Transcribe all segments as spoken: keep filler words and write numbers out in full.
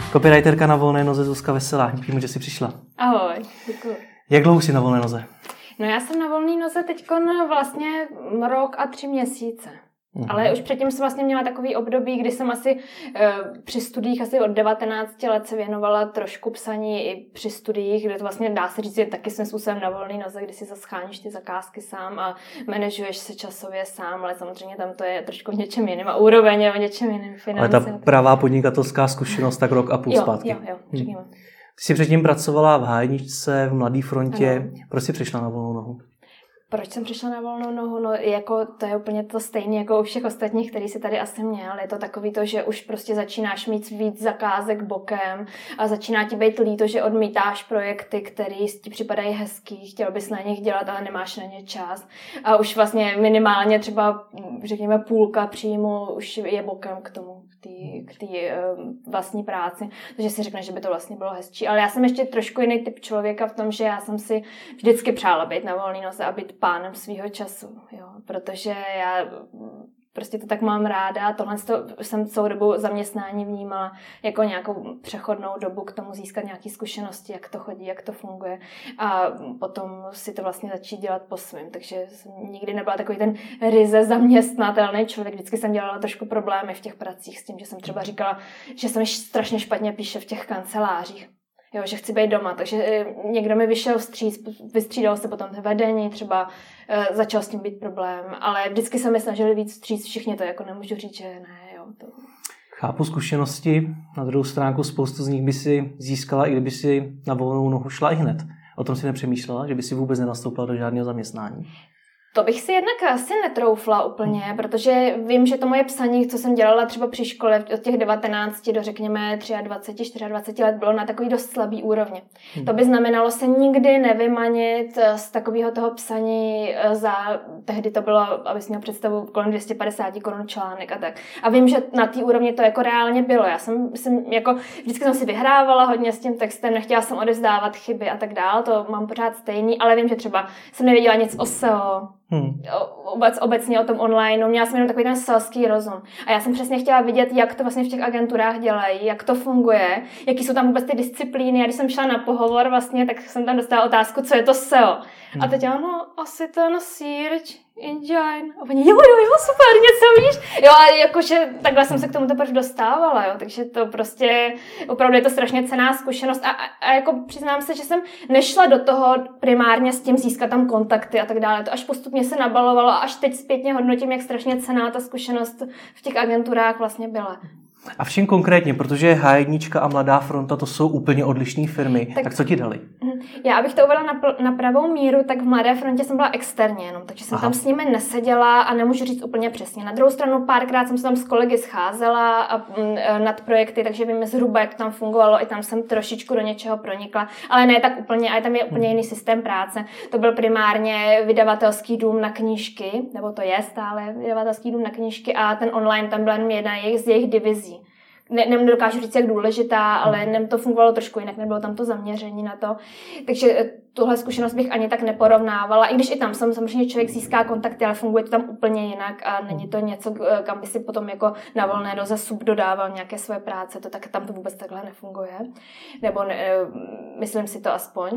Copywriterka na volné noze Zuzka Veselá. Díky, že jsi přišla. Ahoj, děkuji. Jak dlouho jsi na volné noze? No já jsem na volné noze teďkon vlastně rok a tři měsíce. Uhum. Ale už předtím jsem vlastně měla takový období, kdy jsem asi e, při studiích asi od devatenácti let se věnovala trošku psaní i při studiích, kde to vlastně dá se říct, že taky jsem způsobem na volné noze, kdy si zascháníš ty zakázky sám a manažuješ se časově sám, ale samozřejmě tam to je trošku v něčem jiném a úroveň je o něčem jiném finance. Ale ta pravá podnikatelská zkušenost tak rok a půl jo, zpátky. Jo, jo, řekněme. Hmm. Ty jsi předtím pracovala v há jedničce, v Mladé frontě. Ano. Proč jsi přišla na volnou nohu? Proč jsem přišla na volnou nohu? No jako to je úplně to stejné jako u všech ostatních, který si tady asi měl. Je to takový to, že už prostě začínáš mít víc zakázek bokem a začíná ti být líto, že odmítáš projekty, které ti připadají hezký, chtěl bys na nich dělat, ale nemáš na ně čas. A už vlastně minimálně třeba, řekněme, půlka příjmu už je bokem k tomu, k té um, vlastní práci. Takže si řekneš, že by to vlastně bylo hezčí. Ale já jsem ještě trošku jiný typ člověka v tom, že já jsem si vždycky přála být na volné noze a být pánem svýho času, jo, protože já prostě to tak mám ráda. Tohle jsem celou dobu zaměstnání vnímala jako nějakou přechodnou dobu k tomu získat nějaké zkušenosti, jak to chodí, jak to funguje a potom si to vlastně začít dělat po svém. Takže jsem nikdy nebyla takový ten ryze zaměstnatelný člověk. Vždycky jsem dělala trošku problémy v těch pracích s tím, že jsem třeba říkala, že se mi strašně špatně píše v těch kancelářích. Jo, že chci být doma, takže někdo mi vyšel vstříc, vystřídalo se potom vedení, třeba e, začal s tím být problém, ale vždycky se mi snažili víc vstříc všichni, to jako nemůžu říct, že ne, jo. To... Chápu zkušenosti, na druhou stránku spoustu z nich by si získala, i kdyby si na volnou nohu šla i hned. O tom si nepřemýšlela, že by si vůbec nenastoupila do žádného zaměstnání? To bych si jednak asi netroufla úplně, protože vím, že to moje psaní, co jsem dělala třeba při škole od těch devatenácti do řekněme dvacet tři, dvacet čtyři let, bylo na takový dost slabý úrovni. Hmm. To by znamenalo se nikdy nevymanit z takového toho psaní za, tehdy to bylo, abys měl představu, kolem dvě stě padesát korun článek a tak. A vím, že na té úrovni to jako reálně bylo. Já jsem, jsem jako, vždycky jsem si vyhrávala hodně s tím textem, nechtěla jsem odevzdávat chyby a tak dál, to mám pořád stejný, ale vím, že třeba jsem nevěděla nic o S E O, Hmm. Obec, obecně o tom online, měla jsem jenom takový ten selský rozum. A já jsem přesně chtěla vidět, jak to vlastně v těch agenturách dělají, jak to funguje, jaký jsou tam vůbec ty disciplíny. A když jsem šla na pohovor vlastně, tak jsem tam dostala otázku, co je to S E O. Hmm. A teď ano, asi ten search engine. A oni, jo, jo, jo, super, něco víš. Jo, a jakože takhle jsem se k tomu teprve dostávala, jo. Takže to prostě, opravdu je to strašně cenná zkušenost. A, a, a jako přiznám se, že jsem nešla do toho primárně s tím získat tam kontakty a tak dále. To až postupně se nabalovalo a až teď zpětně hodnotím, jak strašně cenná ta zkušenost v těch agenturách vlastně byla. A v čem konkrétně? Protože há jednička a Mladá fronta to jsou úplně odlišné firmy. Tak, tak co ti dali? Já, abych to uvedla na, na pravou míru, tak v Mladé frontě jsem byla externě jenom, takže jsem Aha. tam s nimi neseděla a nemůžu říct úplně přesně. Na druhou stranu párkrát jsem se tam s kolegy scházela a, m, nad projekty, takže vím zhruba, jak to tam fungovalo, i tam jsem trošičku do něčeho pronikla, ale ne tak úplně, ale tam je úplně jiný systém práce. To byl primárně vydavatelský dům na knížky, nebo to je stále vydavatelský dům na knížky a ten online tam byla jenom jedna z jejich divizí. Ne, nedokážu říct, jak důležitá, ale nem to fungovalo trošku jinak, nebylo tam to zaměření na to. Takže tuhle zkušenost bych ani tak neporovnávala, i když i tam jsem, samozřejmě člověk získá kontakty, ale funguje to tam úplně jinak a není to něco, kam by si potom jako na volné noze subdodával nějaké svoje práce, to tak tam to vůbec takhle nefunguje. Nebo ne, myslím si to aspoň.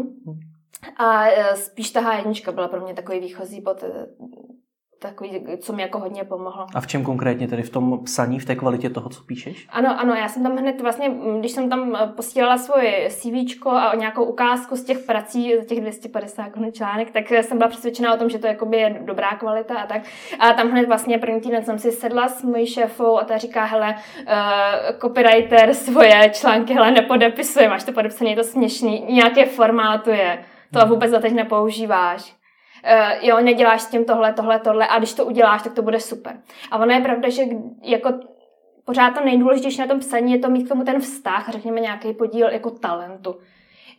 A spíš ta há jednička byla pro mě takový výchozí bod, takový, co mi jako hodně pomohlo. A v čem konkrétně tedy v tom psaní, v té kvalitě toho, co píšeš? Ano, ano, já jsem tam hned vlastně, když jsem tam posílala svoje CVčko a nějakou ukázku z těch prací, z těch dvě stě padesát článek, tak jsem byla přesvědčená o tom, že to jakoby je dobrá kvalita a tak. A tam hned vlastně první týden jsem si sedla s mojí šéfou a ta říká, hele, uh, copywriter svoje články, hele, nepodepisuje, máš to podepsané, je to směšný, nějaké formátuje, to vůbec doteď nepoužíváš. Uh, jo, neděláš s tím tohle, tohle, tohle a když to uděláš, tak to bude super. A ono je pravda, že jako pořád to nejdůležitější na tom psaní je to mít k tomu ten vztah, řekněme nějaký podíl jako talentu.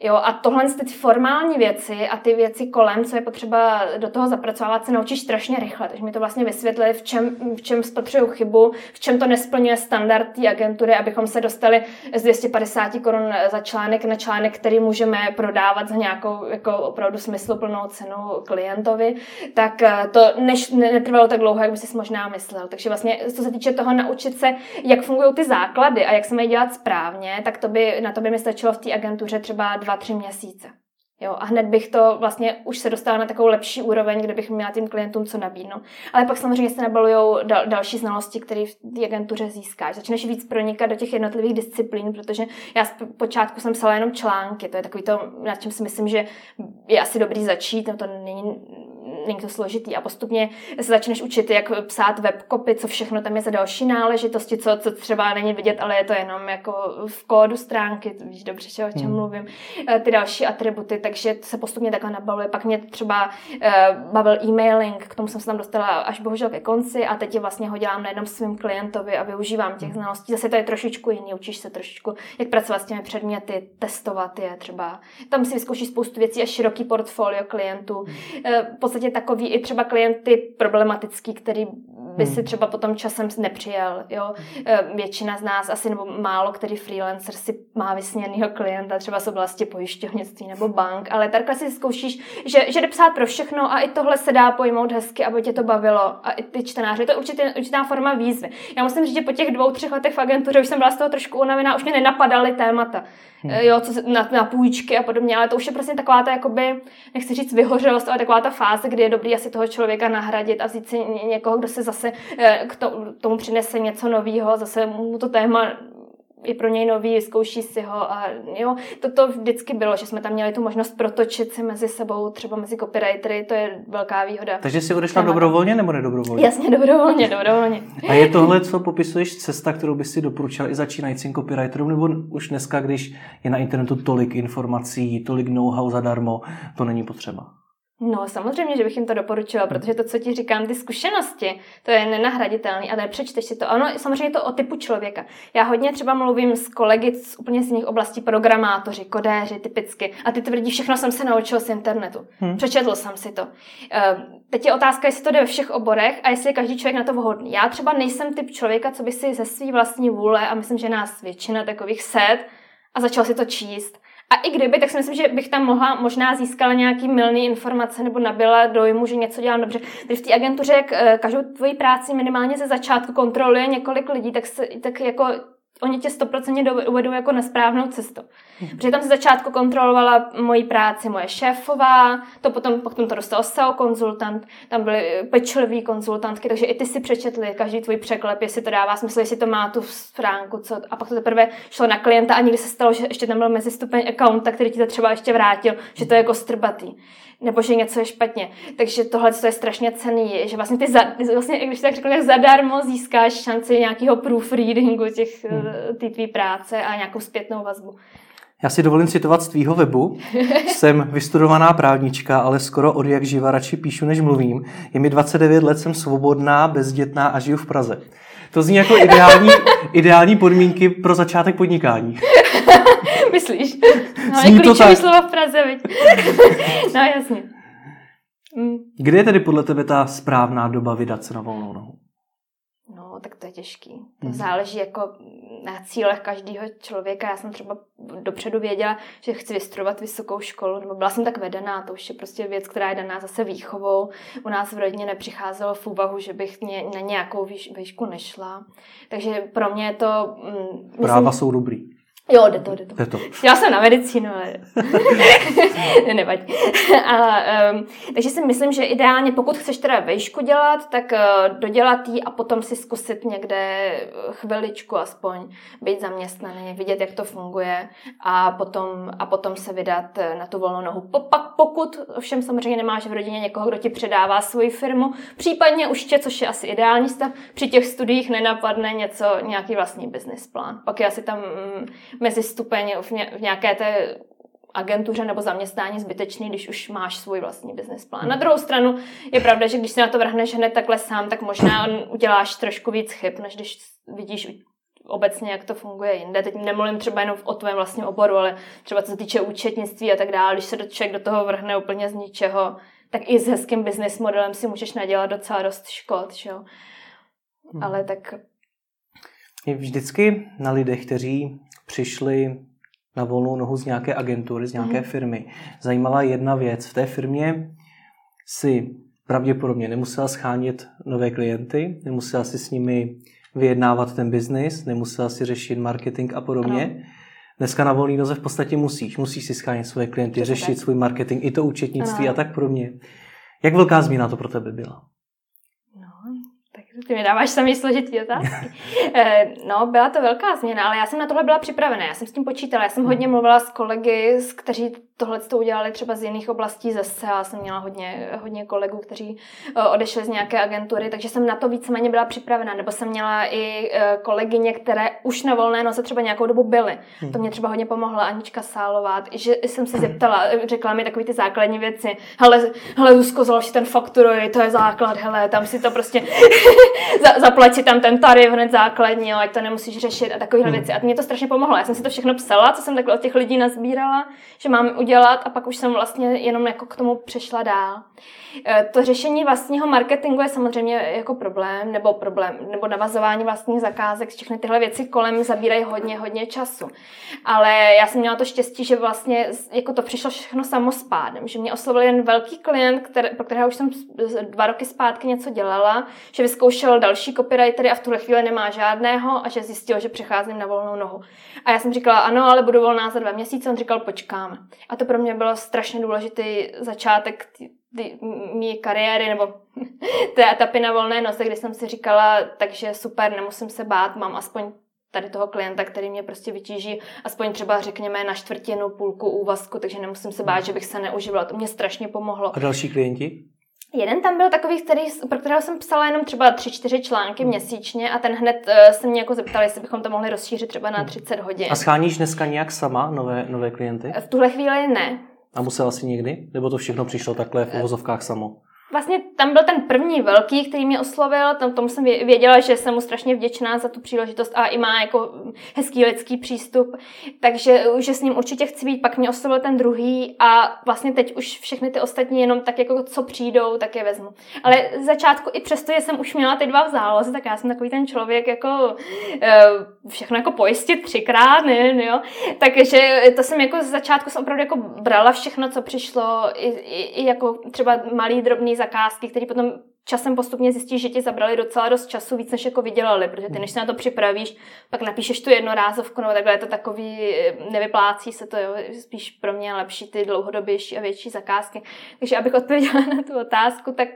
Jo, a tohle ty formální věci a ty věci kolem, co je potřeba do toho zapracovávat, se naučíš strašně rychle. Takže mi to vlastně vysvětlili, v čem, v čem spatřují chybu, v čem to nesplňuje standard té agentury, abychom se dostali z dvě stě padesát korun za článek na článek, který můžeme prodávat za nějakou jako opravdu smysluplnou cenu klientovi. Tak to než, netrvalo tak dlouho, jak by si možná myslel. Takže vlastně, co se týče toho naučit se, jak fungují ty základy a jak se mají dělat správně, tak to by, na to by mi stačilo v té agentuře třeba dva, tři měsíce. Jo, a hned bych to vlastně už se dostala na takovou lepší úroveň, kde bych měla tím klientům co nabídnout. Ale pak samozřejmě se nabalujou dal, další znalosti, které v té agentuře získáš. Začneš víc pronikat do těch jednotlivých disciplín, protože já z počátku jsem psala jenom články. To je takový to, na čem si myslím, že je asi dobrý začít, no to není, není to složitý. A postupně se začneš učit, jak psát webcopy, co všechno tam je za další náležitosti, co, co třeba není vidět, ale je to jenom jako v kódu stránky, víš dobře, že, o čem hmm. mluvím. Ty další atributy, takže se postupně takhle nabaluje. Pak mě třeba uh, bavil e-mailing, k tomu jsem se tam dostala až bohužel ke konci a teď je vlastně ho dělám nejenom svým klientovi a využívám těch znalostí. Zase to je trošičku jiný, učíš se trošičku, jak pracovat s těmi předměty, testovat je třeba. Tam si vyzkoušíš spoustu věcí a široký portfolio klientů. Uh, v podstatě takový i třeba klienty problematický, který by si třeba potom časem nepřijel. Jo? Většina z nás, asi nebo málo který freelancer si má vysněnýho klienta třeba z oblasti pojišťovnictví nebo bank, ale takhle si zkoušíš, že, že jde psát pro všechno a i tohle se dá pojmout hezky, aby tě to bavilo. A i ty čtenáři, to je určitě, určitá forma výzvy. Já musím říct, že po těch dvou, třech letech v agentuře už jsem byla z toho trošku unavená, už mě nenapadaly témata. Hmm. Jo, co na, na půjčky a podobně, ale to už je prostě taková ta, jakoby, nechci říct vyhořelost, ale taková ta fáze, kdy je dobrý asi toho člověka nahradit a vzít si někoho, kdo se zase k tomu přinese něco nového, zase mu to téma je pro něj nový, zkouší si ho a jo, toto vždycky bylo, že jsme tam měli tu možnost protočit si mezi sebou, třeba mezi copywritery, to je velká výhoda. Takže jsi odešla témata. Dobrovolně nebo nedobrovolně? Jasně, dobrovolně, dobrovolně. A je tohle, co popisuješ, cesta, kterou bys si doporučila i začínajícím copywriterům, nebo už dneska, když je na internetu tolik informací, tolik know-how zadarmo, to není potřeba? No, samozřejmě, že bych jim to doporučila, protože to, co ti říkám, ty zkušenosti, to je nenahraditelný a nepřečteš si to. Ano, samozřejmě je to o typu člověka. Já hodně třeba mluvím s kolegy z úplně z jiných oblastí, programátoři, kodéři, typicky. A ty tvrdí, všechno jsem se naučil z internetu. Hmm. Přečetl jsem si to. Teď je otázka, jestli to jde ve všech oborech a jestli je každý člověk na to vhodný. Já třeba nejsem typ člověka, co by si ze své vlastní vůle, a myslím, že nás většina takových set a začal si to číst. A i kdyby, tak si myslím, že bych tam mohla možná získala nějaký mylný informace nebo nabyla dojmu, že něco dělám dobře. Když v té agentuře, jak každou tvoji práci minimálně ze začátku kontroluje několik lidí, tak, se, tak jako oni tě stoprocentně uvedou jako na správnou cestu. Hmm. Protože tam se začátku kontrolovala moji práci moje šéfová, to potom, potom to dostal S E O konzultant, tam byly pečlivé konzultantky, takže i ty si přečetli každý tvůj překlep, jestli to dává smysl, jestli to má tu stránku, co, a pak to teprve šlo na klienta a někdy se stalo, že ještě tam byl mezistupeň accounta, který ti to třeba ještě vrátil, že to je jako strbatý. Nebo že něco je špatně. Takže tohle je strašně cenný, že vlastně ty, za, vlastně, když tak řeknu, tak zadarmo získáš šanci nějakého proofreadingu těch, hmm. té tvý práce a nějakou zpětnou vazbu. Já si dovolím citovat z tvýho webu. Jsem vystudovaná právnička, ale skoro od jak živa radši píšu, než mluvím. Je mi dvacet devět let, jsem svobodná, bezdětná a žiju v Praze. To zní jako ideální, ideální podmínky pro začátek podnikání. Myslíš? No, je klíčový slova v Praze, viď? No, jasně. Mm. Kde je tedy podle tebe ta správná doba vydat se na volnou nohu? No, tak to je těžký. To hmm. záleží jako na cílech každého člověka. Já jsem třeba dopředu věděla, že chci vystudovat vysokou školu, nebo byla jsem tak vedená, to už je prostě věc, která je daná zase výchovou. U nás v rodině nepřicházelo v úvahu, že bych na nějakou výšku nešla. Takže pro mě je to... Myslím, práva jsou dobrý. Jo, jde to, jde to. Jde to. Já jsem na medicínu, ale nevadí. Ale, um, takže si myslím, že ideálně, pokud chceš teda vejšku dělat, tak uh, dodělat ji a potom si zkusit někde chviličku aspoň být zaměstnaný, vidět, jak to funguje a potom, a potom se vydat na tu volnou nohu. Pak pokud ovšem samozřejmě nemáš v rodině někoho, kdo ti předává svoji firmu, případně už tě, což je asi ideální stav, při těch studiích nenapadne něco, nějaký vlastní business plán. Pak je asi tam mm, mezi stupeň v, ně, v nějaké té agentuře nebo zaměstnání zbytečný, když už máš svůj vlastní business plán. Na druhou stranu je pravda, že když si na to vrhneš hned takhle sám, tak možná uděláš trošku víc chyb, než když vidíš obecně, jak to funguje jinde. Teď nemluvím třeba jenom o tvém vlastním oboru, ale třeba co se týče účetnictví a tak dále. Když se člověk do toho vrhne úplně z ničeho, tak i s hezkým business modelem si můžeš nadělat docela dost škod. Že jo? Hmm. Ale tak... Je vždycky na lidech, kteří přišli na volnou nohu z nějaké agentury, z nějaké hmm. firmy, zajímala jedna věc. V té firmě si pravděpodobně nemusela schánět nové klienty, nemusela si s nimi vyjednávat ten biznis, nemusela si řešit marketing a podobně. Ano. Dneska na volný noze v podstatě musíš. Musíš si schánět svoje klienty, to řešit tak. svůj marketing, i to účetnictví ano. a tak podobně. Jak velká změna to pro tebe byla? Ty mi dáváš samý složitý otázky. No, byla to velká změna, ale já jsem na tohle byla připravená, já jsem s tím počítala, já jsem hodně mluvila s kolegy, kteří tohle to udělali třeba z jiných oblastí zase, já jsem měla hodně, hodně kolegů, kteří odešli z nějaké agentury, takže jsem na to víceméně byla připravená, nebo jsem měla i kolegyně, které už na volné noze třeba nějakou dobu byly. To mě třeba hodně pomohla Anička Sálová, že jsem se zeptala, řekla mi takové ty základní věci, hele, hele Zuzko, založ si ten fakturuj, to je základ, hele, tam si to prostě zaplať si tam ten tarif hned základní, jo, ať to nemusíš řešit a takovéhle hmm. věci. A mě to strašně pomohlo. Já jsem si to všechno psala, co jsem takhle od těch lidí nazbírala, že mám udělat a pak už jsem vlastně jenom jako k tomu přešla dál. To řešení vlastního marketingu je samozřejmě jako problém, nebo problém, nebo navazování vlastních zakázek, všechny tyhle věci kolem zabírají hodně, hodně času. Ale já jsem měla to štěstí, že vlastně jako to přišlo všechno samospádem, že mě oslovil jen velký klient, který, pro kterého už jsem dva roky zpátky něco dělala, že vyzkoušel další copywritery a v tuhle chvíli nemá žádného a že zjistil, že přecházím na volnou nohu. A já jsem říkala, ano, ale budu volná za dva měsíce, on říkal, počkáme. A to pro mě bylo strašně důležitý začátek mý kariéry, nebo té etapy na volné noze, kdy jsem si říkala, takže super, nemusím se bát, mám aspoň tady toho klienta, který mě prostě vytíží aspoň třeba řekněme na čtvrtinu, půlku úvazku, takže nemusím se bát, že bych se neužívala. To mě strašně pomohlo. A další klienti? Jeden tam byl takový, který, pro kterého jsem psala jenom třeba tři, čtyři články hmm. měsíčně a ten hned uh, se mě jako zeptal, jestli bychom to mohli rozšířit třeba na třicet hodin. A scháníš dneska nějak sama nové, nové klienty? V tuhle chvíli ne. A musela jsi někdy? Nebo to všechno přišlo takhle v uvozovkách samo? Vlastně tam byl ten první velký, který mě oslovil, tam tomu jsem věděla, že jsem mu strašně vděčná za tu příležitost a i má jako hezký lidský přístup, takže že s ním určitě chci být. Pak mě oslovil ten druhý a vlastně teď už všechny ty ostatní jenom tak jako co přijdou, tak je vezmu. Ale z začátku i přesto, že jsem už měla ty dva v záloze, tak já jsem takový ten člověk jako všechno jako pojistit třikrát, ne, ne, jo. Takže to jsem jako z začátku jsem opravdu jako brala všechno, co přišlo, i, i, i jako třeba malý drobný zakázky, které potom časem postupně zjistíš, že ti zabrali docela dost času, víc než jako vydělali, protože ty než se na to připravíš, pak napíšeš tu jednorázovku, nebo takhle je to takový, nevyplácí se to, jo, spíš pro mě lepší ty dlouhodobější a větší zakázky. Takže abych odpověděla na tu otázku, tak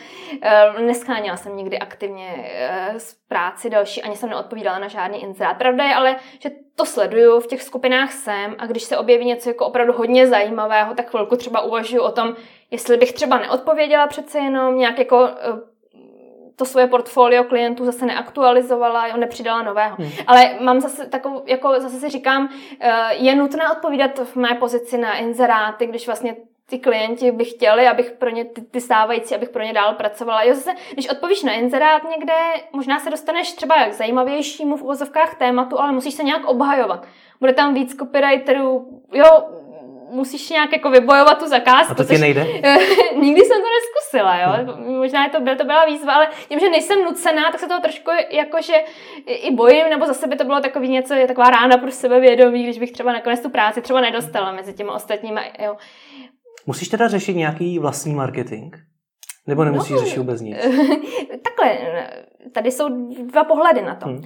uh, nescháněla jsem nikdy aktivně uh, z práci další, ani jsem neodpovídala na žádný inzerát. Pravda je ale, že to sleduju, v těch skupinách jsem a když se objeví něco jako opravdu hodně zajímavého, tak chvilku třeba uvažuju o tom, jestli bych třeba neodpověděla přece jenom nějak jako to svoje portfolio klientů zase neaktualizovala, jo, nepřidala nového. Hmm. Ale mám zase takovou, jako zase si říkám, je nutné odpovídat v mé pozici na inzeráty, když vlastně ty klienti by chtěli, abych pro ně, ty, ty stávající, abych pro ně dál pracovala. Jo, zase, když odpovíš na inzerát někde, možná se dostaneš třeba k zajímavějšímu v uvozovkách tématu, ale musíš se nějak obhajovat. Bude tam víc copywriterů, jo, musíš nějak jako vybojovat tu zakázku. A to ti nejde? Nikdy jsem to neskusila, jo. Možná je to, to byla výzva, ale tím, že nejsem nucená, tak se toho trošku jakože i bojím, nebo zase by to bylo takový něco, je taková rána pro sebevědomí, když bych třeba nakonec tu práci třeba nedostala mezi těmi ostatními, jo. Musíš teda řešit nějaký vlastní marketing? Nebo nemusíš no, řešit vůbec nic? Takhle, tady jsou dva pohledy na to. Hmm.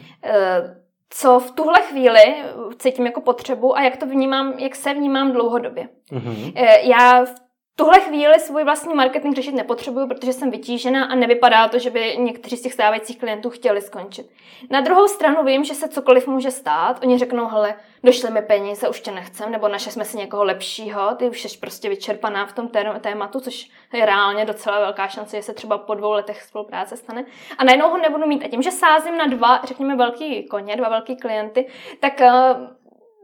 Co v tuhle chvíli cítím jako potřebu a jak to vnímám, jak se vnímám dlouhodobě. Hmm. Já v tuhle chvíli svůj vlastní marketing řešit nepotřebuju, protože jsem vytížená a nevypadá to, že by někteří z těch stávajících klientů chtěli skončit. Na druhou stranu vím, že se cokoliv může stát. Oni řeknou, hele, došly mi peníze, už tě nechcem, nebo našli jsme si někoho lepšího, ty už jsi prostě vyčerpaná v tom tématu, což je reálně docela velká šance, že se třeba po dvou letech spolupráce stane. A najednou ho nebudu mít. A tím, že sázím na dva, řekněme, velký koně, dva velký klienty, tak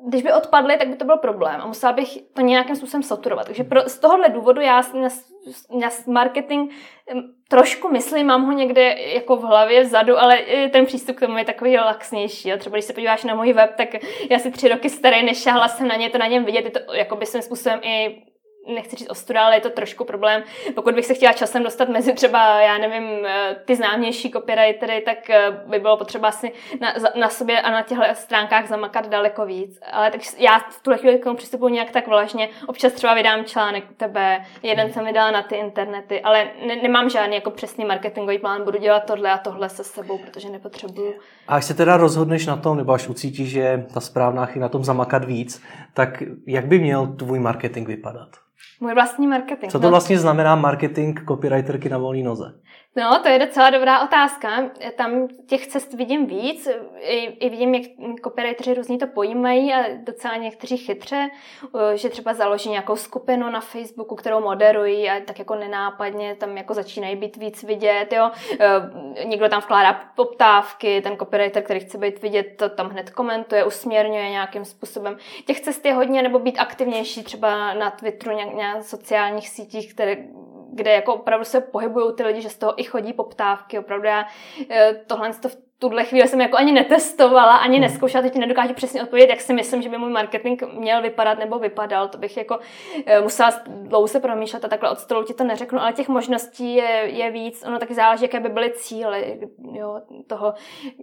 když by odpadly, tak by to byl problém a musela bych to nějakým způsobem saturovat. Takže pro, z tohohle důvodu já na, na marketing trošku myslím, mám ho někde jako v hlavě vzadu, ale ten přístup k tomu je takový laxnější. Jo. Třeba když se podíváš na můj web, tak já si tři roky starý, nešahla jsem na ně, to na něm vidět, je to jakoby svým způsobem i nechci říct ostuda, ale je to trošku problém. Pokud bych se chtěla časem dostat mezi třeba, já nevím, ty známější copywritery, tak by bylo potřeba asi na, na sobě a na těchto stránkách zamakat daleko víc. Ale tak já v tuhle chvíli k tomu přistupuji nějak tak vlažně. Občas třeba vydám článek u tebe, jeden jsem vydala na ty internety, ale ne, nemám žádný jako přesný marketingový plán, budu dělat tohle a tohle se sebou, protože nepotřebuju. A až se teda rozhodneš na tom, nebo až ucítíš, že je ta správná chvíle na tom zamakat víc, tak jak by měl tvůj marketing vypadat? Můj vlastní marketing. Co to vlastně znamená marketing copywriterky na volné noze? No, to je docela dobrá otázka. Tam těch cest vidím víc. I, i vidím, jak copywriteri různě to pojímají a docela někteří chytře, že třeba založí nějakou skupinu na Facebooku, kterou moderují a tak jako nenápadně tam jako začínají být víc vidět. Jo. Někdo tam vkládá poptávky, ten copywriter, který chce být vidět, to tam hned komentuje, usměrňuje nějakým způsobem. Těch cest je hodně, nebo být aktivnější třeba na Twitteru, nějak, nějak sociálních sítích, které kde jako opravdu se pohybují ty lidi, že z toho i chodí poptávky. Opravdu já tohle to v tuhle chvíli jsem jako ani netestovala, ani hmm. neskoušela, teď nedokážu přesně odpovědět, jak si myslím, že by můj marketing měl vypadat nebo vypadal. To bych jako musela dlouho promýšlet a takhle od stolu ti to neřeknu, ale těch možností je, je víc. Ono taky záleží, jaké by byly cíle jo, toho.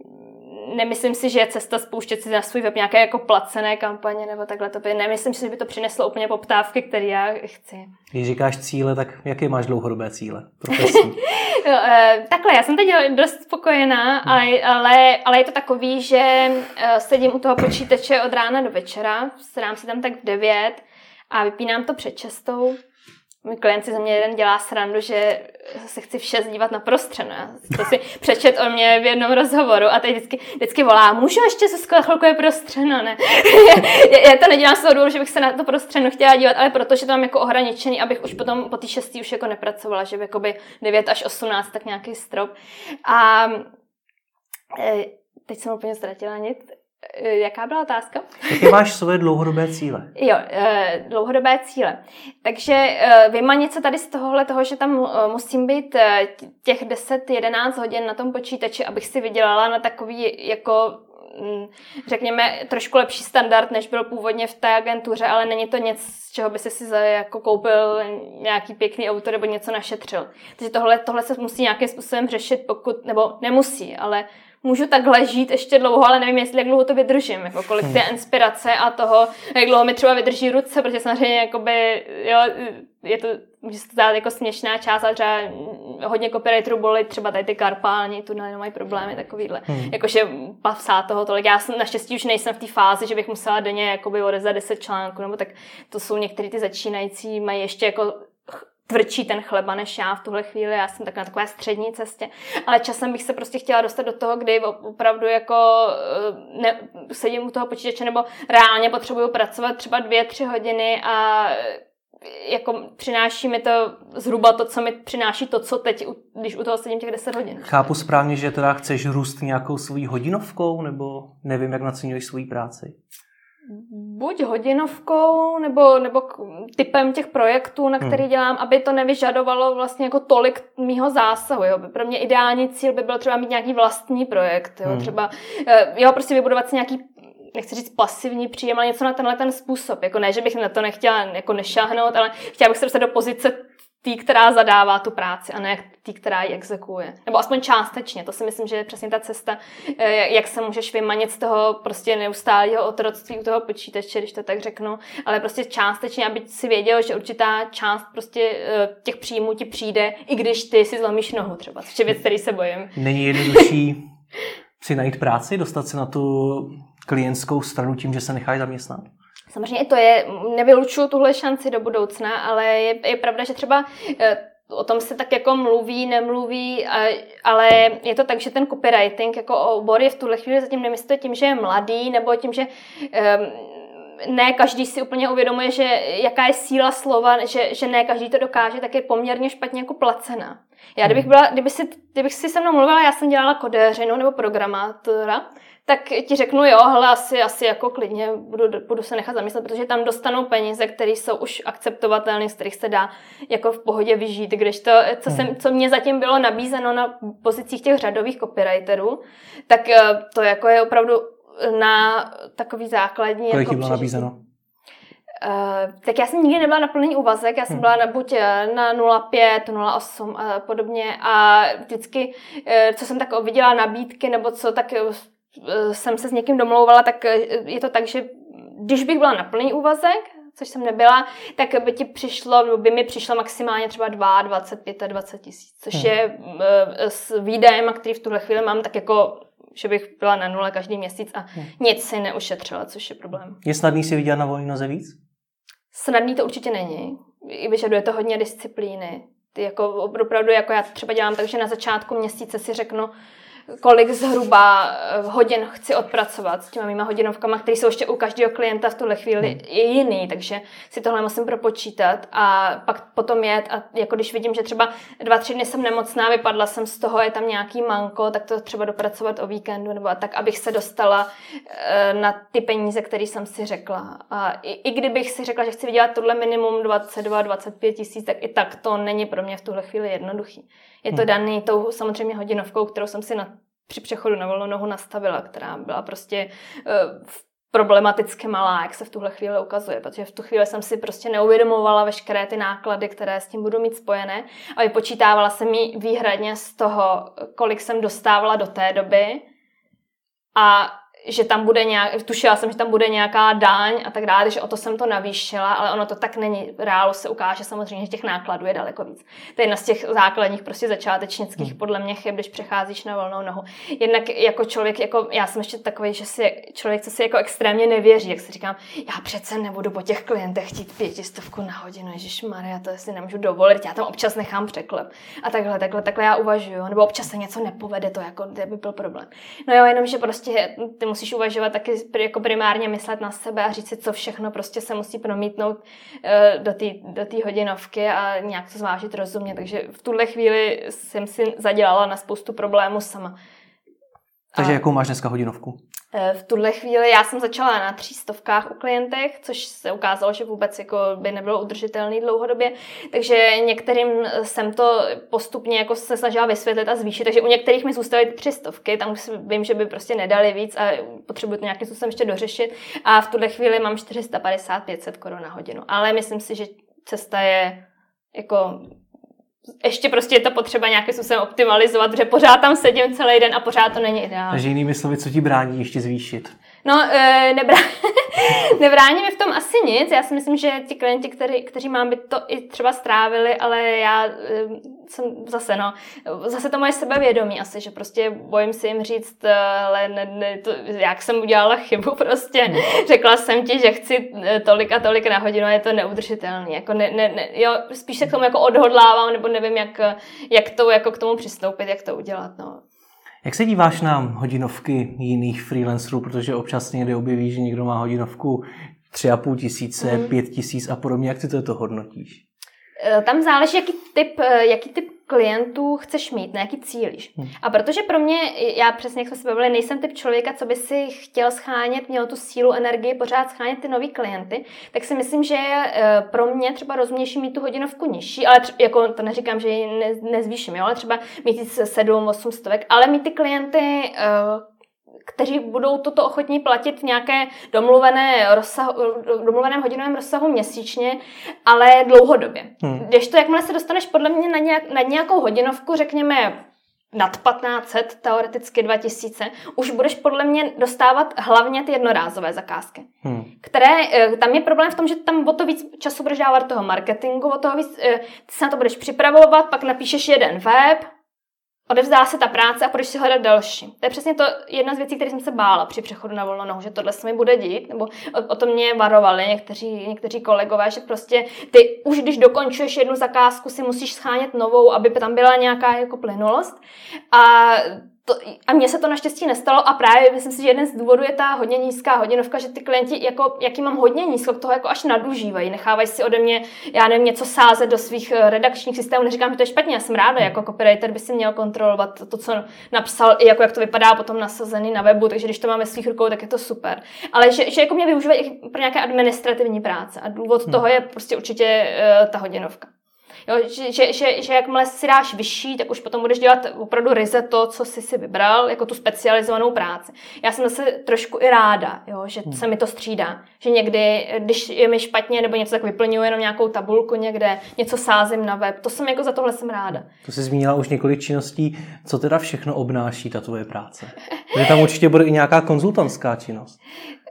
Nemyslím si, že je cesta spouštět si na svůj web nějaké jako placené kampaně nebo takhle. To by, nemyslím si, že by to přineslo úplně poptávky, které já chci. Když říkáš cíle, tak jaké máš dlouhodobé cíle? Profesní. no, e, takhle, já jsem teď dost spokojená, hmm. ale, ale, ale je to takový, že sedím u toho počítače od rána do večera, sedám si tam tak v devět a vypínám to před šestou. Můj klient si ze mě jeden dělá srandu, že se chci v šest dívat na prostřeno. To si přečet o mě v jednom rozhovoru a teď vždycky, vždycky volá, můžu ještě se skvěle chvilku je prostřeno, ne? Já to nedělám z toho důvodu, že bych se na to prostřeno chtěla dívat, ale protože to mám jako ohraničený, abych už potom po té šestý už jako nepracovala, že by jakoby devět až osmnáct, tak nějaký strop. A teď jsem úplně ztratila nic. Jaká byla otázka? Jaké máš své dlouhodobé cíle? Jo, dlouhodobé cíle. Takže vymanit se tady z tohohle toho, že tam musím být těch deset jedenáct hodin na tom počítači, abych si vydělala na takový jako řekněme trošku lepší standard, než byl původně v té agentuře, ale není to nic, z čeho by si si jako koupil nějaký pěkný auto nebo něco našetřil. Takže tohle, tohle se musí nějakým způsobem řešit, pokud, nebo nemusí, ale můžu takhle žít ještě dlouho, ale nevím, jestli jak dlouho to vydržím, jako kolik té inspirace a toho, jak dlouho mi třeba vydrží ruce, protože samozřejmě jakoby, jo, je to, může se to dát jako směšná část, ale třeba hodně copywriterů bolí třeba tady ty karpální, tu nemají problémy takovýhle. Hmm. Jakože psát toho tolik. Já jsem, naštěstí už nejsem v té fázi, že bych musela denně jakoby odezdat deset článků, nebo tak to jsou některý ty začínající, mají ještě jako tvrdší ten chleba než já v tuhle chvíli, já jsem tak na takové střední cestě, ale časem bych se prostě chtěla dostat do toho, kdy opravdu jako ne, sedím u toho počítače nebo reálně potřebuju pracovat třeba dvě, tři hodiny a jako přináší mi to zhruba to, co mi přináší to, co teď, když u toho sedím těch deset hodin. Chápu správně, že teda chceš růst nějakou svojí hodinovkou, nebo nevím, jak naceňuješ svoji práci? Buď hodinovkou, nebo, nebo typem těch projektů, na který hmm. dělám, aby to nevyžadovalo vlastně jako tolik mýho zásahu. Jo. Pro mě ideální cíl by byl třeba mít nějaký vlastní projekt. Jo. Hmm. Třeba jo, prostě vybudovat si nějaký, nechci říct pasivní příjem, ale něco na tenhle ten způsob. Jako ne, že bych na to nechtěla jako nešáhnout, ale chtěla bych se dostat do pozice tý, která zadává tu práci a ne tý, která ji exekuje. Nebo aspoň částečně. To si myslím, že je přesně ta cesta, jak se můžeš vymanit z toho prostě neustálého otroctví u toho počítače, když to tak řeknu, ale prostě částečně, aby si věděl, že určitá část prostě těch příjmů ti přijde, i když ty si zlomíš nohu třeba, což je věc, který se bojím. Není jednodušší si najít práci, dostat se na tu klientskou stranu tím, že se necháš zaměstnat? Samozřejmě to je, nevylučuju tuhle šanci do budoucna, ale je, je pravda, že třeba o tom se tak jako mluví, nemluví, ale je to tak, že ten copywriting jako obor je v tuhle chvíli zatím, nevím, jestli to tím, že je mladý, nebo tím, že ne každý si úplně uvědomuje, že jaká je síla slova, že, že ne každý to dokáže, tak je poměrně špatně jako placená. Já kdybych, byla, kdyby si, kdybych si se mnou mluvila, já jsem dělala kodéřinu nebo programátora, tak ti řeknu jo, hele, asi, asi jako klidně budu, budu se nechat zamyslet, protože tam dostanou peníze, které jsou už akceptovatelné, z kterých se dá jako v pohodě vyžít, když to, co, jsem, co mě zatím bylo nabízeno na pozicích těch řadových copywriterů, tak to jako je opravdu na takový základní... Kolik jako ti bylo nabízeno? Uh, tak já jsem nikdy nebyla na plný úvazek, já jsem hmm. byla na, buď na nula pět, nula osm a podobně a vždycky, co jsem tak viděla nabídky nebo co, tak jsem se s někým domlouvala, tak je to tak, že když bych byla na plný úvazek, což jsem nebyla, tak by ti přišlo, by mi přišlo maximálně třeba dvacet dva, dvacet pět tisíc, což hmm. je s výdajem, který v tuhle chvíli mám, tak jako že bych byla na nule každý měsíc a hmm. nic si neušetřila, což je problém. Je snadný si vydělat na volné noze víc? Snadný to určitě není. Vyžaduje to hodně disciplíny. Ty jako opravdu, jako já třeba dělám tak, že na začátku měsíce si řeknu, kolik zhruba hodin chci odpracovat s těma mýma hodinovkama, které jsou ještě u každého klienta v tuhle chvíli hmm. je jiný, takže si tohle musím propočítat a pak potom jet a jako když vidím, že třeba dva, tři dny jsem nemocná, vypadla jsem z toho, je tam nějaký manko, tak to třeba dopracovat o víkendu nebo tak, abych se dostala na ty peníze, které jsem si řekla. A i, i kdybych si řekla, že chci vydělat tohle minimum dvacet dva, dvacet pět tisíc, tak i tak to není pro mě v tuhle chvíli jednoduchý. Je to daný tou samozřejmě hodinovkou, kterou jsem si na, při přechodu na volnou nohu nastavila, která byla prostě uh, problematicky malá, jak se v tuhle chvíli ukazuje, protože v tu chvíli jsem si prostě neuvědomovala veškeré ty náklady, které s tím budu mít spojené a vypočítávala jsem ji výhradně z toho, kolik jsem dostávala do té doby a že tam bude nějak, tušila jsem, že tam bude nějaká daň a tak dále, že o to jsem to navýšila, ale ono to tak není. V reálu se ukáže samozřejmě, že těch nákladů je daleko víc. To je jedna z těch základních prostě začátečnických hmm. podle mě chyb, když přecházíš na volnou nohu. Jednak jako člověk, jako já jsem ještě takový, že si člověk, co si jako extrémně nevěří, jak si říkám, já přece nebudu po těch klientech chtít pětistovku na hodinu, ježišmarja, to si nemůžu dovolit, já tam občas nechám překlep. A takhle, takhle, takhle já uvažuju, nebo občas se něco nepovede, to jako by byl problém. No jo, jenom že prostě ty musíš uvažovat taky jako primárně myslet na sebe a říct si, co všechno prostě se musí promítnout uh, do té do té hodinovky a nějak to zvážit rozumně. Takže v tuhle chvíli jsem si zadělala na spoustu problémů sama. Takže a jakou máš dneska hodinovku? V tuhle chvíli já jsem začala na třístovkách u klientech, což se ukázalo, že vůbec jako by nebylo udržitelný dlouhodobě, takže některým jsem to postupně jako se snažila vysvětlit a zvýšit, takže u některých mi zůstaly tři stovky, tam už vím, že by prostě nedali víc a potřebuji to nějakým způsobem ještě dořešit a v tuhle chvíli mám čtyři sta padesát pět set korun na hodinu, ale myslím si, že cesta je jako ještě prostě je to potřeba nějakým způsobem optimalizovat, protože pořád tam sedím celý den a pořád to není ideální. Takže jinými slovy, co ti brání ještě zvýšit? No, e, nebrání, nebrání mi v tom asi nic. Já si myslím, že ti klienti, který, kteří mám, by to i třeba strávili, ale já e, jsem zase, no, zase to moje sebevědomí asi, že prostě bojím si jim říct, ale ne, ne, to, jak jsem udělala chybu prostě. Řekla jsem ti, že chci tolik a tolik na hodinu a je to neudržitelný. Jako ne, ne, ne, jo, spíš se k tomu jako odhodlávám, nebo nevím, jak, jak to jako k tomu přistoupit, jak to udělat, no. Jak se díváš na hodinovky jiných freelancerů, protože občas někdy objevíš, že někdo má hodinovku tři a půl tisíce, mm. pět tisíc a podobně. Jak ty to, to hodnotíš? Tam záleží, jaký typ, jaký typ klientů chceš mít, na jaký cílíš. Hmm. A protože pro mě, já přesně, jak jsme se bavili, nejsem typ člověka, co by si chtěl schánět, měl tu sílu, energii, pořád schánět ty nový klienty, tak si myslím, že je pro mě třeba rozumnější mít tu hodinovku nižší, ale třeba, jako to neříkám, že ji ne, nezvýším, jo, ale třeba mít sedm, osm stovek, ale mít ty klienty, kteří budou toto ochotní platit v nějaké domluvené rozsahu, domluveném hodinovém rozsahu měsíčně, ale dlouhodobě. Hmm. Když to, jakmile se dostaneš podle mě na, nějak, na nějakou hodinovku, řekněme nad patnáct set, teoreticky dva tisíce, už budeš podle mě dostávat hlavně ty jednorázové zakázky. Hmm. Které, tam je problém v tom, že tam o to víc času budeš dávat toho marketingu, o toho víc, ty se na to budeš připravovat, pak napíšeš jeden web, odevzdá se ta práce a půjdeš si hledat další. To je přesně to jedna z věcí, které jsem se bála při přechodu na volnou nohu, že tohle se mi bude dít, nebo o, o tom mě varovali někteří, někteří kolegové, že prostě ty už když dokončuješ jednu zakázku, si musíš schánět novou, aby tam byla nějaká jako plynulost. A To, a mně se to naštěstí nestalo a právě myslím si, že jeden z důvodů je ta hodně nízká hodinovka, že ty klienti, jako, jaký mám hodně nízko, toho jako až nadužívají, nechávají si ode mě, já nevím, něco sázet do svých redakčních systémů, neříkám, že to je špatně, já jsem ráda, jako copywriter by si měl kontrolovat to, co napsal, i jako jak to vypadá potom nasazený na webu, takže když to mám ve svých rukou, tak je to super. Ale že, že jako mě využívají pro nějaké administrativní práce a důvod hmm. toho je prostě určitě uh, ta hodinovka. Jo, že, že, že, že jakmile si dáš vyšší, tak už potom budeš dělat opravdu ryze to, co jsi si vybral, jako tu specializovanou práci. Já jsem zase trošku i ráda, jo, že se mi to střídá. Že někdy, když je mi špatně nebo něco, tak vyplňuji jenom nějakou tabulku někde, něco sázím na web. To jsem jako za tohle jsem ráda. To jsi zmínila už několik činností. Co teda všechno obnáší ta tvoje práce? Protože tam určitě bude i nějaká konzultantská činnost.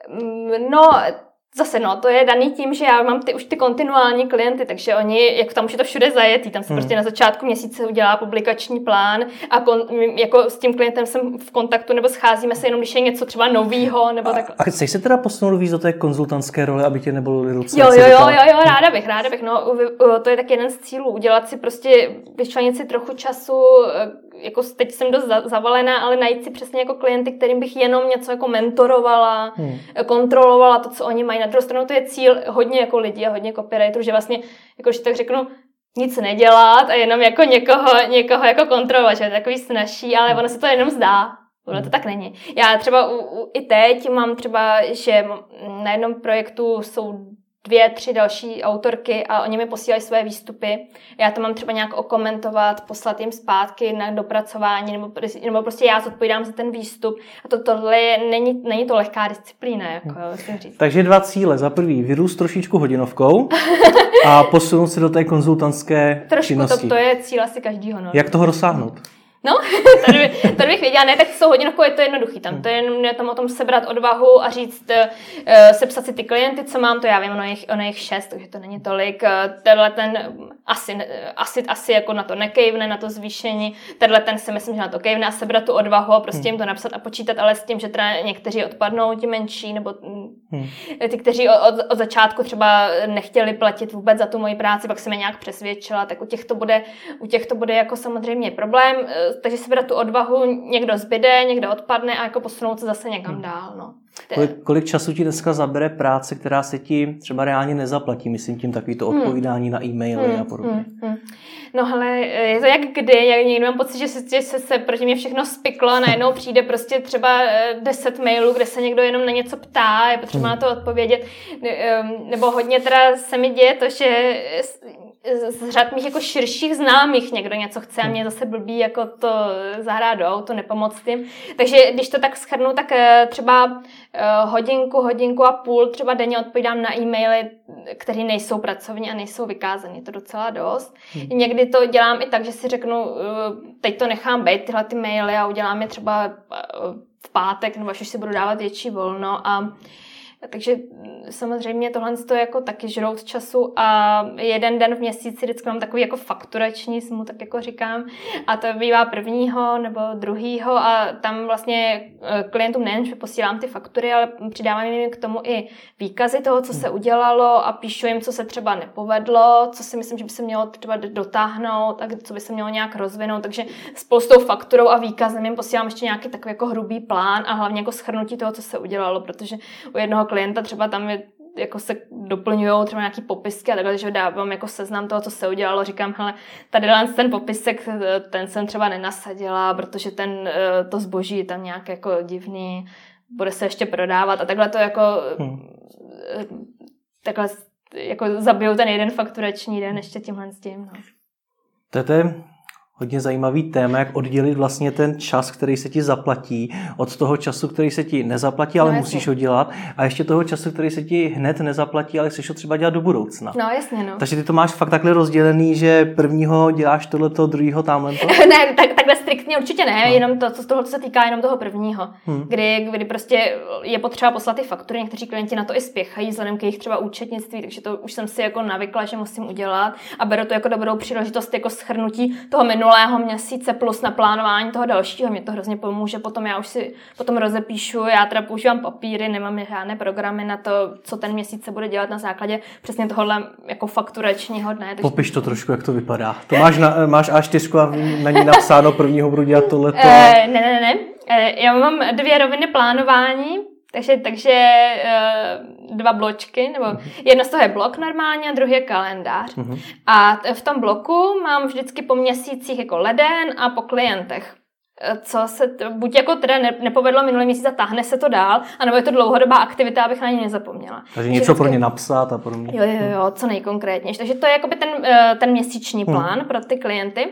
No... Zase no, to je daný tím, že já mám ty, už ty kontinuální klienty, takže oni, jak tam už je to všude zajetý, tam se hmm. prostě na začátku měsíce udělá publikační plán a kon, jako s tím klientem jsem v kontaktu nebo scházíme se jenom, když je něco třeba novýho nebo tak. A chceš se teda posunout víc do té konzultantské role, aby tě nebylo ruce? Jo, jo, jo, jo, jo, ráda bych, ráda bych, no, to je tak jeden z cílů, udělat si prostě, vyčlenit si trochu času, jako teď jsem dost zavalená, ale najít si přesně jako klienty, kterým bych jenom něco jako mentorovala, hmm. kontrolovala to, co oni mají. Na druhou stranu to je cíl hodně jako lidí a hodně copywriterů, že vlastně, jako když tak řeknu, nic nedělat a jenom jako někoho, někoho jako kontrolovat, že je takový snažší, ale ono se to jenom zdá. Ono to tak není. Já třeba u, u, i teď mám třeba, že na jednom projektu jsou dvě, tři další autorky a oni mi posílají své výstupy. Já to mám třeba nějak okomentovat, poslat jim zpátky na dopracování, nebo, nebo prostě já zodpovídám za ten výstup. A to, tohle je, není, není to lehká disciplína, jako, musím říct. Takže dva cíle. Za prvý vyrůst trošičku hodinovkou a posunout se do té konzultantské Trošku činnosti. To, to je cíl asi každýho. No. Jak toho dosáhnout? No, tady, by, tady bych věděla, ne, tak s tou hodinovkou je to jednoduchý. Tam to je jenom tam o tom sebrat odvahu a říct, uh, sepsat si ty klienty, co mám, to já vím, ono je, ono je šest, takže to není tolik. Uh, tenhle ten asi, asi, asi jako na to nekejvne, na to zvýšení, tenhle ten si myslím, že na to kejvne a sebrat tu odvahu a prostě hmm. jim to napsat a počítat, ale s tím, že teda někteří odpadnou, ti menší, nebo hmm. ty, kteří od, od začátku třeba nechtěli platit vůbec za tu moji práci, pak se mě nějak přesvědčila, tak u těch to bude, u těch to bude jako samozřejmě problém. Takže si tu odvahu, někdo zbyde, někdo odpadne a jako posunout se zase někam hmm. dál. No. Kolik, kolik času ti dneska zabere práce, která se ti třeba reálně nezaplatí? Myslím tím takový to odpovídání hmm. na e-maily hmm. a podobně. Hmm. Hmm. No hele, je to jak kdy, jak někdy mám pocit, že se, že se, se proti mě všechno spiklo a najednou přijde prostě třeba deset mailů, kde se někdo jenom na něco ptá, je potřeba hmm. na to odpovědět. Nebo hodně teda se mi děje to, že z řad mých jako širších známých někdo něco chce a mě zase blbý jako to zahrát do auto, nepomoct jim. Takže když to tak shrnu, tak třeba hodinku, hodinku a půl třeba denně odpovídám na e-maily, které nejsou pracovní a nejsou vykázané. To docela dost. Hmm. Někdy to dělám i tak, že si řeknu, teď to nechám být, tyhle ty maily a udělám je třeba v pátek, nebo až si budu dávat větší volno a takže samozřejmě tohle je jako taky žrout času a jeden den v měsíci vždycky mám takový jako fakturační, mu tak jako říkám, a to bývá prvního nebo druhýho a tam vlastně klientům nejen, že posílám ty faktury, ale přidávám jim k tomu i výkazy toho, co se udělalo a píšu jim, co se třeba nepovedlo, co si myslím, že by se mělo třeba dotáhnout a co by se mělo nějak rozvinout, takže spolu s tou fakturou a výkazem jim posílám ještě nějaký takový jako hrubý plán a hlavně jako shrnutí toho, co se udělalo, protože u jednoho klienta třeba tam je, jako se doplňujou třeba nějaký popisky a takhle, že dávám jako seznam toho, co se udělalo, říkám, hele, tady ten popisek, ten jsem třeba nenasadila, protože ten, to zboží je tam nějak jako divný, bude se ještě prodávat a takhle to jako hmm. takhle jako zabijou ten jeden fakturační den ještě tímhle s tím. No. To je hodně zajímavý téma, jak oddělit vlastně ten čas, který se ti zaplatí, od toho času, který se ti nezaplatí, ale no, musíš ho dělat, a ještě toho času, který se ti hned nezaplatí, ale chceš ho třeba dělat do budoucna. No, jasně, no. Takže ty to máš fakt takhle rozdělený, že prvního děláš tohleto, druhýho tamhleto? Ne, tak, takhle striktně určitě ne, no. Jenom to, co z toho se týká jenom toho prvního, hmm. kdy, kdy prostě je potřeba poslat ty faktury, někteří klienti na to i spěchají, vzhledem k jejich třeba účetnictví, takže to už jsem si jako navykla, že musím udělat a beru to jako dobrou příležitost jako shrnutí toho minulého minulého měsíce plus na plánování toho dalšího. Mě to hrozně pomůže, potom já už si potom rozepíšu, já teda používám papíry, nemám žádné programy na to, co ten měsíc se bude dělat na základě přesně tohohle jako fakturačního dne. Popiš to trošku, jak to vypadá. To máš, na, máš á čtyři a na ní napsáno prvního budu dělat tohleto. E, ne, ne, ne. E, já mám dvě roviny plánování, takže, takže e, dva bločky, nebo jedno z toho je blok normálně a druhý je kalendář. Uh-huh. A v tom bloku mám vždycky po měsících jako leden a po klientech. Co se, buď jako teda nepovedlo minulý měsíc a táhne se to dál, anebo je to dlouhodobá aktivita, abych na ní nezapomněla. Takže něco vždycky pro ně napsat a podobně. Jo, jo, jo, co nejkonkrétnější. Takže to je jakoby ten, ten měsíční plán hmm. pro ty klienty.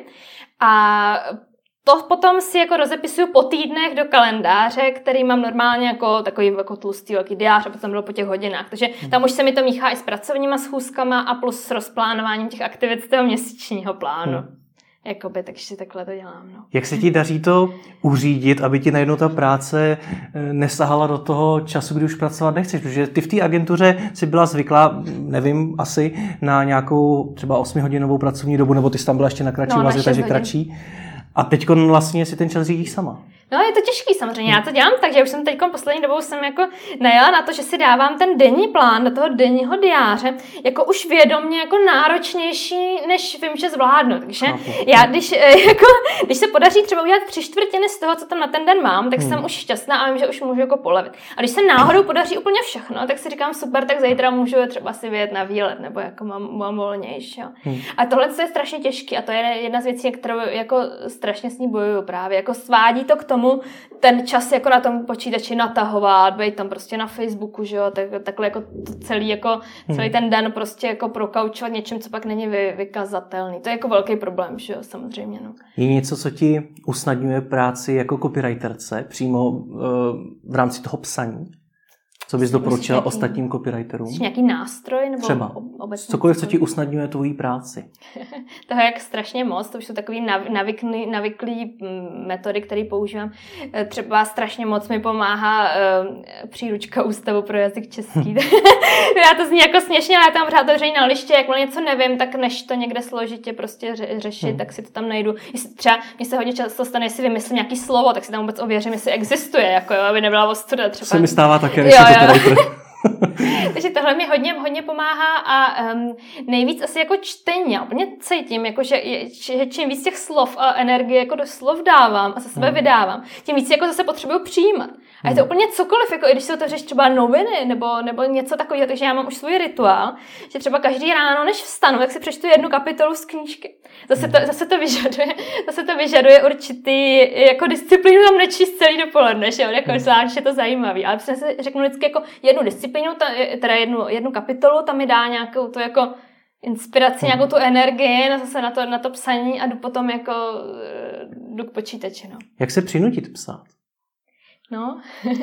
A to potom si jako rozepisuju po týdnech do kalendáře, který mám normálně jako takový jako tlustý velký diář a potom bylo po těch hodinách. Takže tam už se mi to míchá i s pracovníma schůzkama a plus s rozplánováním těch aktivit z toho měsíčního plánu. Hmm. Jakoby, takže takhle to dělám. No. Jak se ti daří to uřídit, aby ti najednou ta práce nesahala do toho času, kdy už pracovat nechceš? Protože ty v té agentuře si byla zvyklá, nevím, asi na nějakou třeba osmihodinovou pracovní dobu, nebo ty jsi tam byla ještě na kratší no, vazě, takže kratší. A teď vlastně si ten čas řídíš sama. No, je to těžký samozřejmě. Já to dělám tak, že už jsem teď poslední dobou jsem jako najela na to, že si dávám ten denní plán do toho denního diáře jako už vědomě jako náročnější, než vím, že zvládnu. Takže no, já, když, jako, když se podaří třeba udělat tři čtvrtiny z toho, co tam na ten den mám, tak hmm. jsem už šťastná a vím, že už můžu jako polevit. A když se náhodou podaří úplně všechno, tak si říkám super, tak zítra můžu třeba si vyjet na výlet, nebo jako mám, mám volnější. Hmm. A tohle je strašně těžký a to je jedna z věcí, kterou jako strašně s ní bojuju právě. Jako svádí to k tomu ten čas jako na tom počítači natahovat, být tam prostě na Facebooku, že jo, tak, takhle jako celý, jako celý ten den prostě jako prokaučovat něčím, co pak není vy, vykazatelný. To je jako velký problém, že jo, samozřejmě. No. Je něco, co ti usnadňuje práci jako copywriterce přímo uh, v rámci toho psaní? Co bys doporučila nějaký, ostatním copywriterům? Nějaký nástroj? Nebo třeba. Obecně cokoliv, co ti usnadňuje tvoji práci. Toho je jak strašně moc. To už jsou takový navyklý, navyklý metody, které používám. Třeba strašně moc mi pomáhá uh, příručka Ústavu pro jazyk český. Já to zní jako směšně, ale já tam pořád otevření na liště. Jakmile něco nevím, tak než to někde složitě prostě ře- řešit, hmm. tak si to tam najdu. Jestli třeba mně se hodně často stane, jestli vymyslím nějaký slovo, tak si tam vůbec ověřím, jestli existuje, jako jo, aby nebyla ostuda třeba. Se mi stává také, takže tohle mi hodně, hodně pomáhá a um, nejvíc asi jako čtení. Já úplně cítím, jako že, že čím víc těch slov a energie jako do slov dávám a za sebe hmm. vydávám, tím víc jako zase potřebuju přijímat. A je to úplně cokoliv, jako i když si otevřeš třeba noviny nebo, nebo něco takového, takže já mám už svůj rituál, že třeba každý ráno, než vstanu, tak si přečtu jednu kapitolu z knížky. Zase to, zase to vyžaduje, zase to vyžaduje určitý jako disciplínu tam nečíst celý dopoledne, že jo, jako zvlášť je to zajímavý, ale přesně si řeknu vždycky jako jednu disciplínu, ta, teda jednu, jednu kapitolu, tam mi dá nějakou tu jako inspiraci, nějakou tu energii na, zase na to, na to psaní a jdu potom jako jdu k počítači, no. Jak se přinutit psát? No,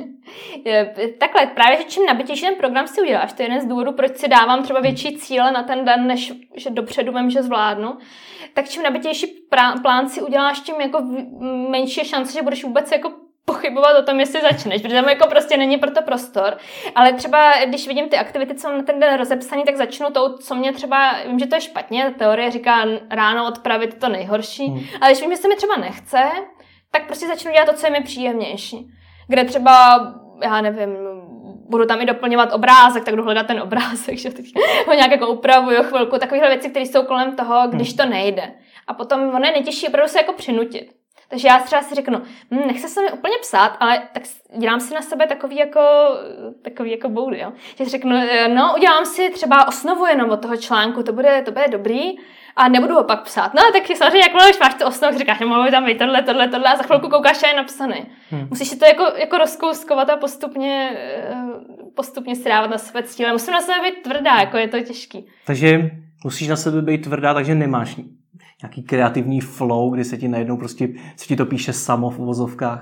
takhle, právě, že čím nabitější ten program si uděláš, to je jeden z důvodů, proč si dávám třeba větší cíle na ten den, než že dopředu vím, že zvládnu, tak čím nabitější plán si uděláš, tím jako menší je šance, že budeš vůbec jako pochybovat o tom, jestli začneš, protože tam jako prostě není pro to prostor, ale třeba když vidím ty aktivity, co mám na ten den rozepsaný, tak začnu tou, co mě třeba, vím, že to je špatně, teorie říká ráno odpravit to nejhorší, hmm. ale když vím, že se mi třeba nechce, tak prostě začnu dělat to, co je mi příjemnější. Kde třeba, já nevím, budu tam i doplňovat obrázek, tak jdu hledat ten obrázek, že teď ho nějak jako upravuju chvilku, takovéhle věci, které jsou kolem toho, když to nejde. A potom ono je nejtěžší opravdu se jako přinutit. Takže já třeba si řeknu, hm, nechce se mi úplně psát, ale tak dělám si na sebe takový jako, takový jako boudy, jo. Že si řeknu, no, udělám si třeba osnovu jenom od toho článku, to bude, to bude dobrý, a nebudu ho pak psát. No, tak samozřejmě, jakmile už máš tu osnovu, říkáš, že mohlo tam být tohle, tohle, tohle, a za chvilku koukáš, že je napsaný. Hmm. Musíš si to jako, jako rozkouskovat a postupně, postupně si dávat na sebe cíle. Musím na sebe být tvrdá, jako je to těžký. Takže musíš na sebe být tvrdá, takže nemáš nějaký kreativní flow, kdy se ti najednou prostě, se ti to píše samo v uvozovkách. Hmm.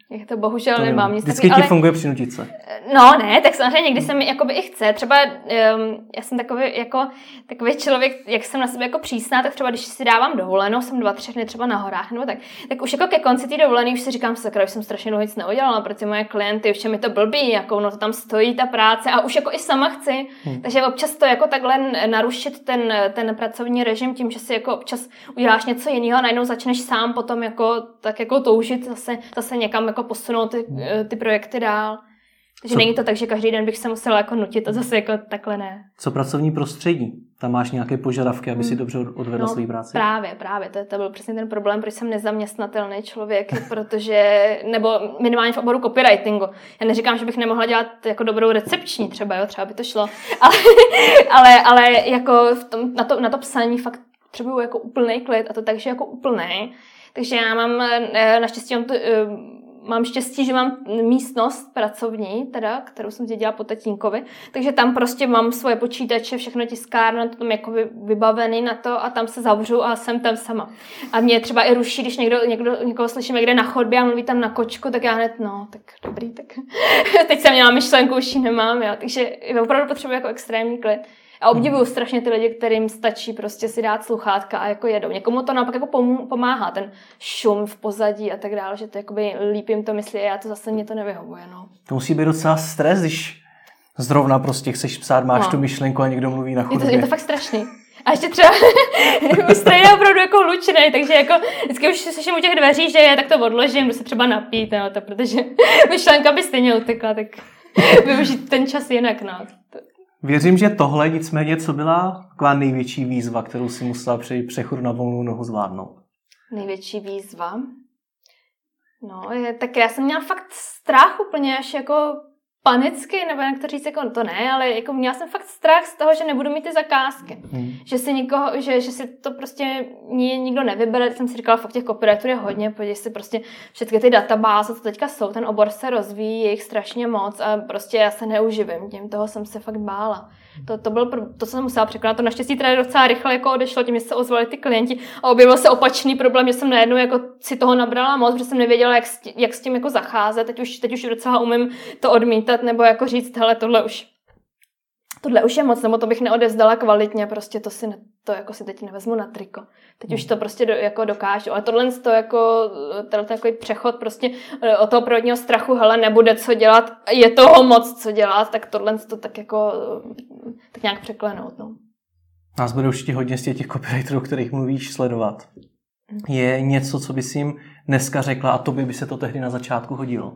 Jak to bohužel to nemám. Vždycky takový, ti ale... funguje přinutit se. No ne, tak samozřejmě někdy se mi jakoby i chce. Třeba um, já jsem takový, jako, takový člověk, jak jsem na sebe jako přísná, tak třeba když si dávám dovolenou, jsem dva, tři dny třeba na horách nebo tak, tak už jako ke konci té dovolené už si říkám, sakra, už jsem strašně dlouho nic neudělala, protože moje klienty, už je mi to blbý, jako no to tam stojí ta práce a už jako i sama chci. Hmm. Takže občas to jako takhle narušit ten, ten pracovní režim tím, že si jako občas uděláš něco jiného a najednou začneš sám potom jako tak jako toužit zase, zase někam jako posunout ty, ty projekty dál. Takže co? Není to tak, že každý den bych se musela jako nutit a zase jako takhle ne. Co pracovní prostředí? Tam máš nějaké požadavky, aby si dobře odvedla no, svou práci? Právě, právě. To, to byl přesně ten problém, proč jsem nezaměstnatelný člověk, protože, nebo minimálně v oboru copywritingu. Já neříkám, že bych nemohla dělat jako dobrou recepční třeba, jo, třeba by to šlo, ale, ale, ale jako v tom, na, to, na to psaní fakt potřebuju jako úplný klid a to takže jako úplný. Takže já mám naštěstí mám to, Mám štěstí, že mám místnost pracovní, teda, kterou jsem dělala po tatínkovi, takže tam prostě mám svoje počítače, všechno tiskárna, to tam jako vybavený na to a tam se zavřu a jsem tam sama. A mě třeba i ruší, když někdo, někdo, někoho slyším někde na chodbě a mluví tam na kočku, tak já hned, no, tak dobrý, tak teď jsem měla myšlenku, už ji nemám, jo, takže opravdu potřebuji jako extrémní klid. A obdivuju strašně ty lidi, kterým stačí prostě si dát sluchátka a jako jedou. Někomu to naopak jako pomáhá, ten šum v pozadí a tak dále, že to jakoby líp jim to myslí a já to zase mě to nevyhovuje. No. To musí být docela stres, když zrovna prostě chceš psát, máš no. tu myšlenku a někdo mluví na chodbě. Je to, je to fakt strašný. A ještě třeba stroj je opravdu jako hlučnej, takže jako vždycky už slyším u těch dveří, že je, tak to odložím, jdu se třeba napít, no, to, protože myšlenka by stejně utekla, tak využít ten čas jinak. No. Věřím, že tohle nicméně, co byla taková největší výzva, kterou si musela při přechodu na volnou nohu zvládnout? Největší výzva? No, je, tak já jsem měla fakt strach úplně až jako panicky, nebo jak to říct, jako to ne, ale jako měla jsem fakt strach z toho, že nebudu mít ty zakázky. Hmm. Že si nikoho, že, že si to prostě nikdo nevybere. Tak jsem si říkala, fakt těch copywriterů je hodně, podívej si prostě všechny ty databáze, co teďka jsou, ten obor se rozvíjí, je jich strašně moc a prostě já se neuživím, tím toho jsem se fakt bála. To, to bylo to, co jsem musela překonat. To naštěstí teda docela rychle jako odešlo, tím, že se ozvali ty klienti a objevil se opačný problém, že jsem najednou jako si toho nabrala moc, protože jsem nevěděla, jak s tím, jak s tím jako zacházet. Teď už, teď už docela umím to odmítat nebo jako říct, hele, tohle už tohle už je moc, nebo to bych neodevzdala kvalitně, prostě to si, ne, to jako si teď nevezmu na triko. Teď už to prostě do, jako dokážu. Ale tohle to jako, tenhle takový přechod prostě od toho prvního strachu, hele, nebude co dělat, je toho moc co dělat, tak tohle to tak jako tak nějak překlenout, no. Nás bude určitě hodně z těch copywriterů, o kterých mluvíš, sledovat. Je něco, co bys jim dneska řekla a tobě by se to tehdy na začátku hodilo?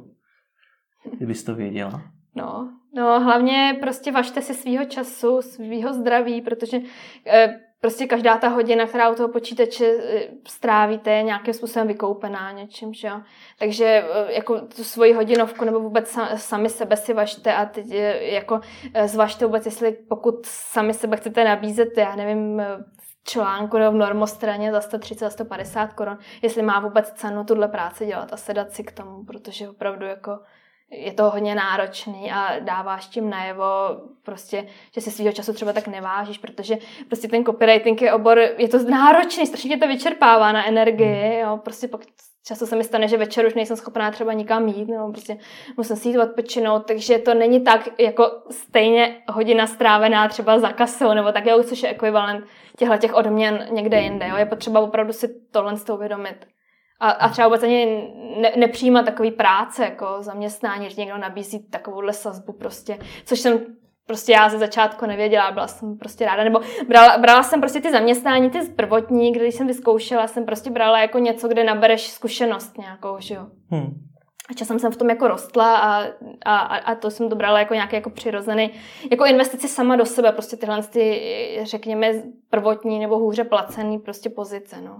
Kdybys to věděla. No, no, hlavně prostě važte si svýho času, svýho zdraví, protože e, prostě každá ta hodina, která u toho počítače e, strávíte, je nějakým způsobem vykoupená něčím, že jo. Takže e, jako tu svoji hodinovku nebo vůbec sa, sami sebe si važte a teď e, jako e, zvažte vůbec, jestli pokud sami sebe chcete nabízet, já nevím, v článku nebo v normostraně za sto třicet, za sto padesát korun, jestli má vůbec cenu tuhle práci dělat a sedat si k tomu, protože opravdu jako je to hodně náročný a dáváš tím najevo prostě, že si svýho času třeba tak nevážíš, protože prostě ten copywriting je obor, je to náročný, strašně to vyčerpává na energii, jo, prostě pak často se mi stane, že večer už nejsem schopná třeba nikam jít, nebo prostě musím si jít odpočinout, takže to není tak jako stejně hodina strávená třeba za kasou, nebo tak, jo, což je ekvivalent těchto těch odměn někde jinde, jo, je potřeba opravdu si tohle z toho uvědomit. A, a třeba vůbec ani ne, nepřijímat takový práce, jako zaměstnání, že někdo nabízí takovouhle sazbu prostě, což jsem prostě já ze začátku nevěděla, byla jsem prostě ráda, nebo brala, brala jsem prostě ty zaměstnání, ty prvotní, když jsem vyzkoušela, jsem prostě brala jako něco, kde nabereš zkušenost nějakou, že jo. Hmm. A časem jsem v tom jako rostla a, a, a to jsem to brala jako nějaký jako přirozený, jako investici sama do sebe, prostě tyhle ty, řekněme, prvotní nebo hůře placený prostě pozice, no.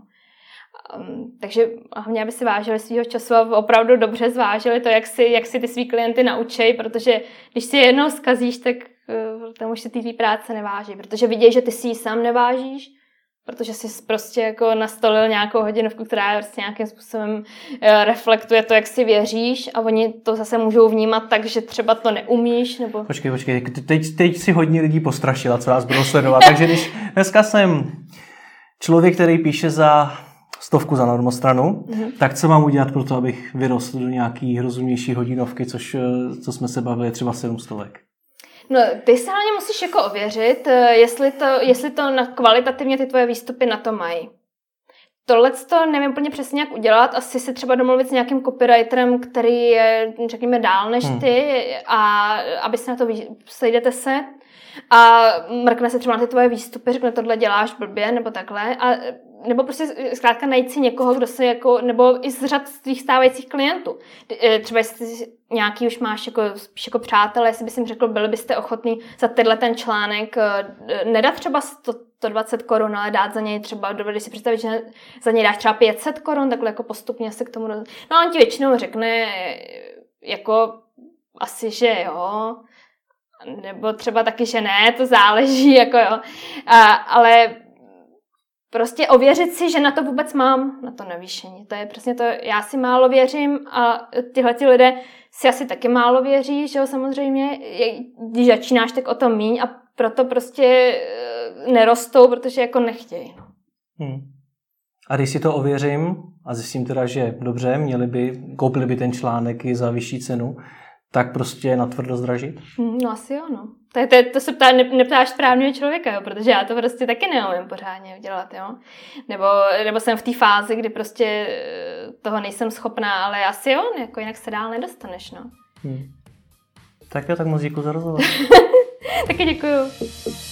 Um, takže hlavně, aby si vážili svýho času a opravdu dobře zvážili to, jak si, jak si ty svý klienty naučí, protože když si je jednou zkazíš, tak uh, tam už si ty tvý práce neváží, protože vidějí, že ty si ji sám nevážíš, protože jsi prostě jako nastolil nějakou hodinovku, která prostě nějakým způsobem uh, reflektuje to, jak si věříš a oni to zase můžou vnímat tak, že třeba to neumíš, nebo... Počkej, počkej, teď, teď si hodně lidí postrašila, co vás budou sledovat, takže když dneska jsem člověk, který píše za stovku za normostranu, mm-hmm. tak co mám udělat pro to, abych vyrostl do nějaký rozumnější hodinovky, což, co jsme se bavili, třeba sedm stovek? No, ty se hlavně musíš jako ověřit, jestli to, jestli to na, kvalitativně ty tvoje výstupy na to mají. Tohle to nevím úplně přesně, jak udělat. Asi si třeba domluvit s nějakým copywriterem, který je, řekněme, dál než ty, a aby se na to vý... sejdete se a mrkne se třeba na ty tvoje výstupy, řekne, tohle děláš blbě, nebo takhle. A, nebo prostě zkrátka najít si někoho, kdo se jako, nebo i z řad tvých stávajících klientů. Třeba jestli nějaký už máš jako, spíš jako přátelé, jestli bys jim řekl, byli byste ochotní za tenhle ten článek nedat třeba sto dvacet korun, ale dát za něj třeba, dovedeš si představit, že za něj dáš třeba pět set korun, takhle jako postupně se k tomu... No on ti většinou řekne jako asi, že jo, nebo třeba taky, že ne, to záleží, jako jo. A, ale prostě ověřit si, že na to vůbec mám, na to navýšení. To je přesně to, já si málo věřím a tyhle ti lidé si asi taky málo věří, že jo, samozřejmě. Když začínáš, tak o tom míň a proto prostě nerostou, protože jako nechtějí. No. Hmm. A když si to ověřím a zjistím teda, že dobře, měli by, koupili by ten článek i za vyšší cenu, tak prostě natvrdo zdražit? No asi jo, no. To, to, to se ptá, ne, neptáš správného člověka, jo, protože já to prostě taky neumím pořádně udělat, jo. Nebo, nebo jsem v té fázi, kdy prostě toho nejsem schopná, ale asi jo, jako jinak se dál nedostaneš, no. Hmm. Tak jo, tak moc děkuji za rozhovor. Taky děkuju.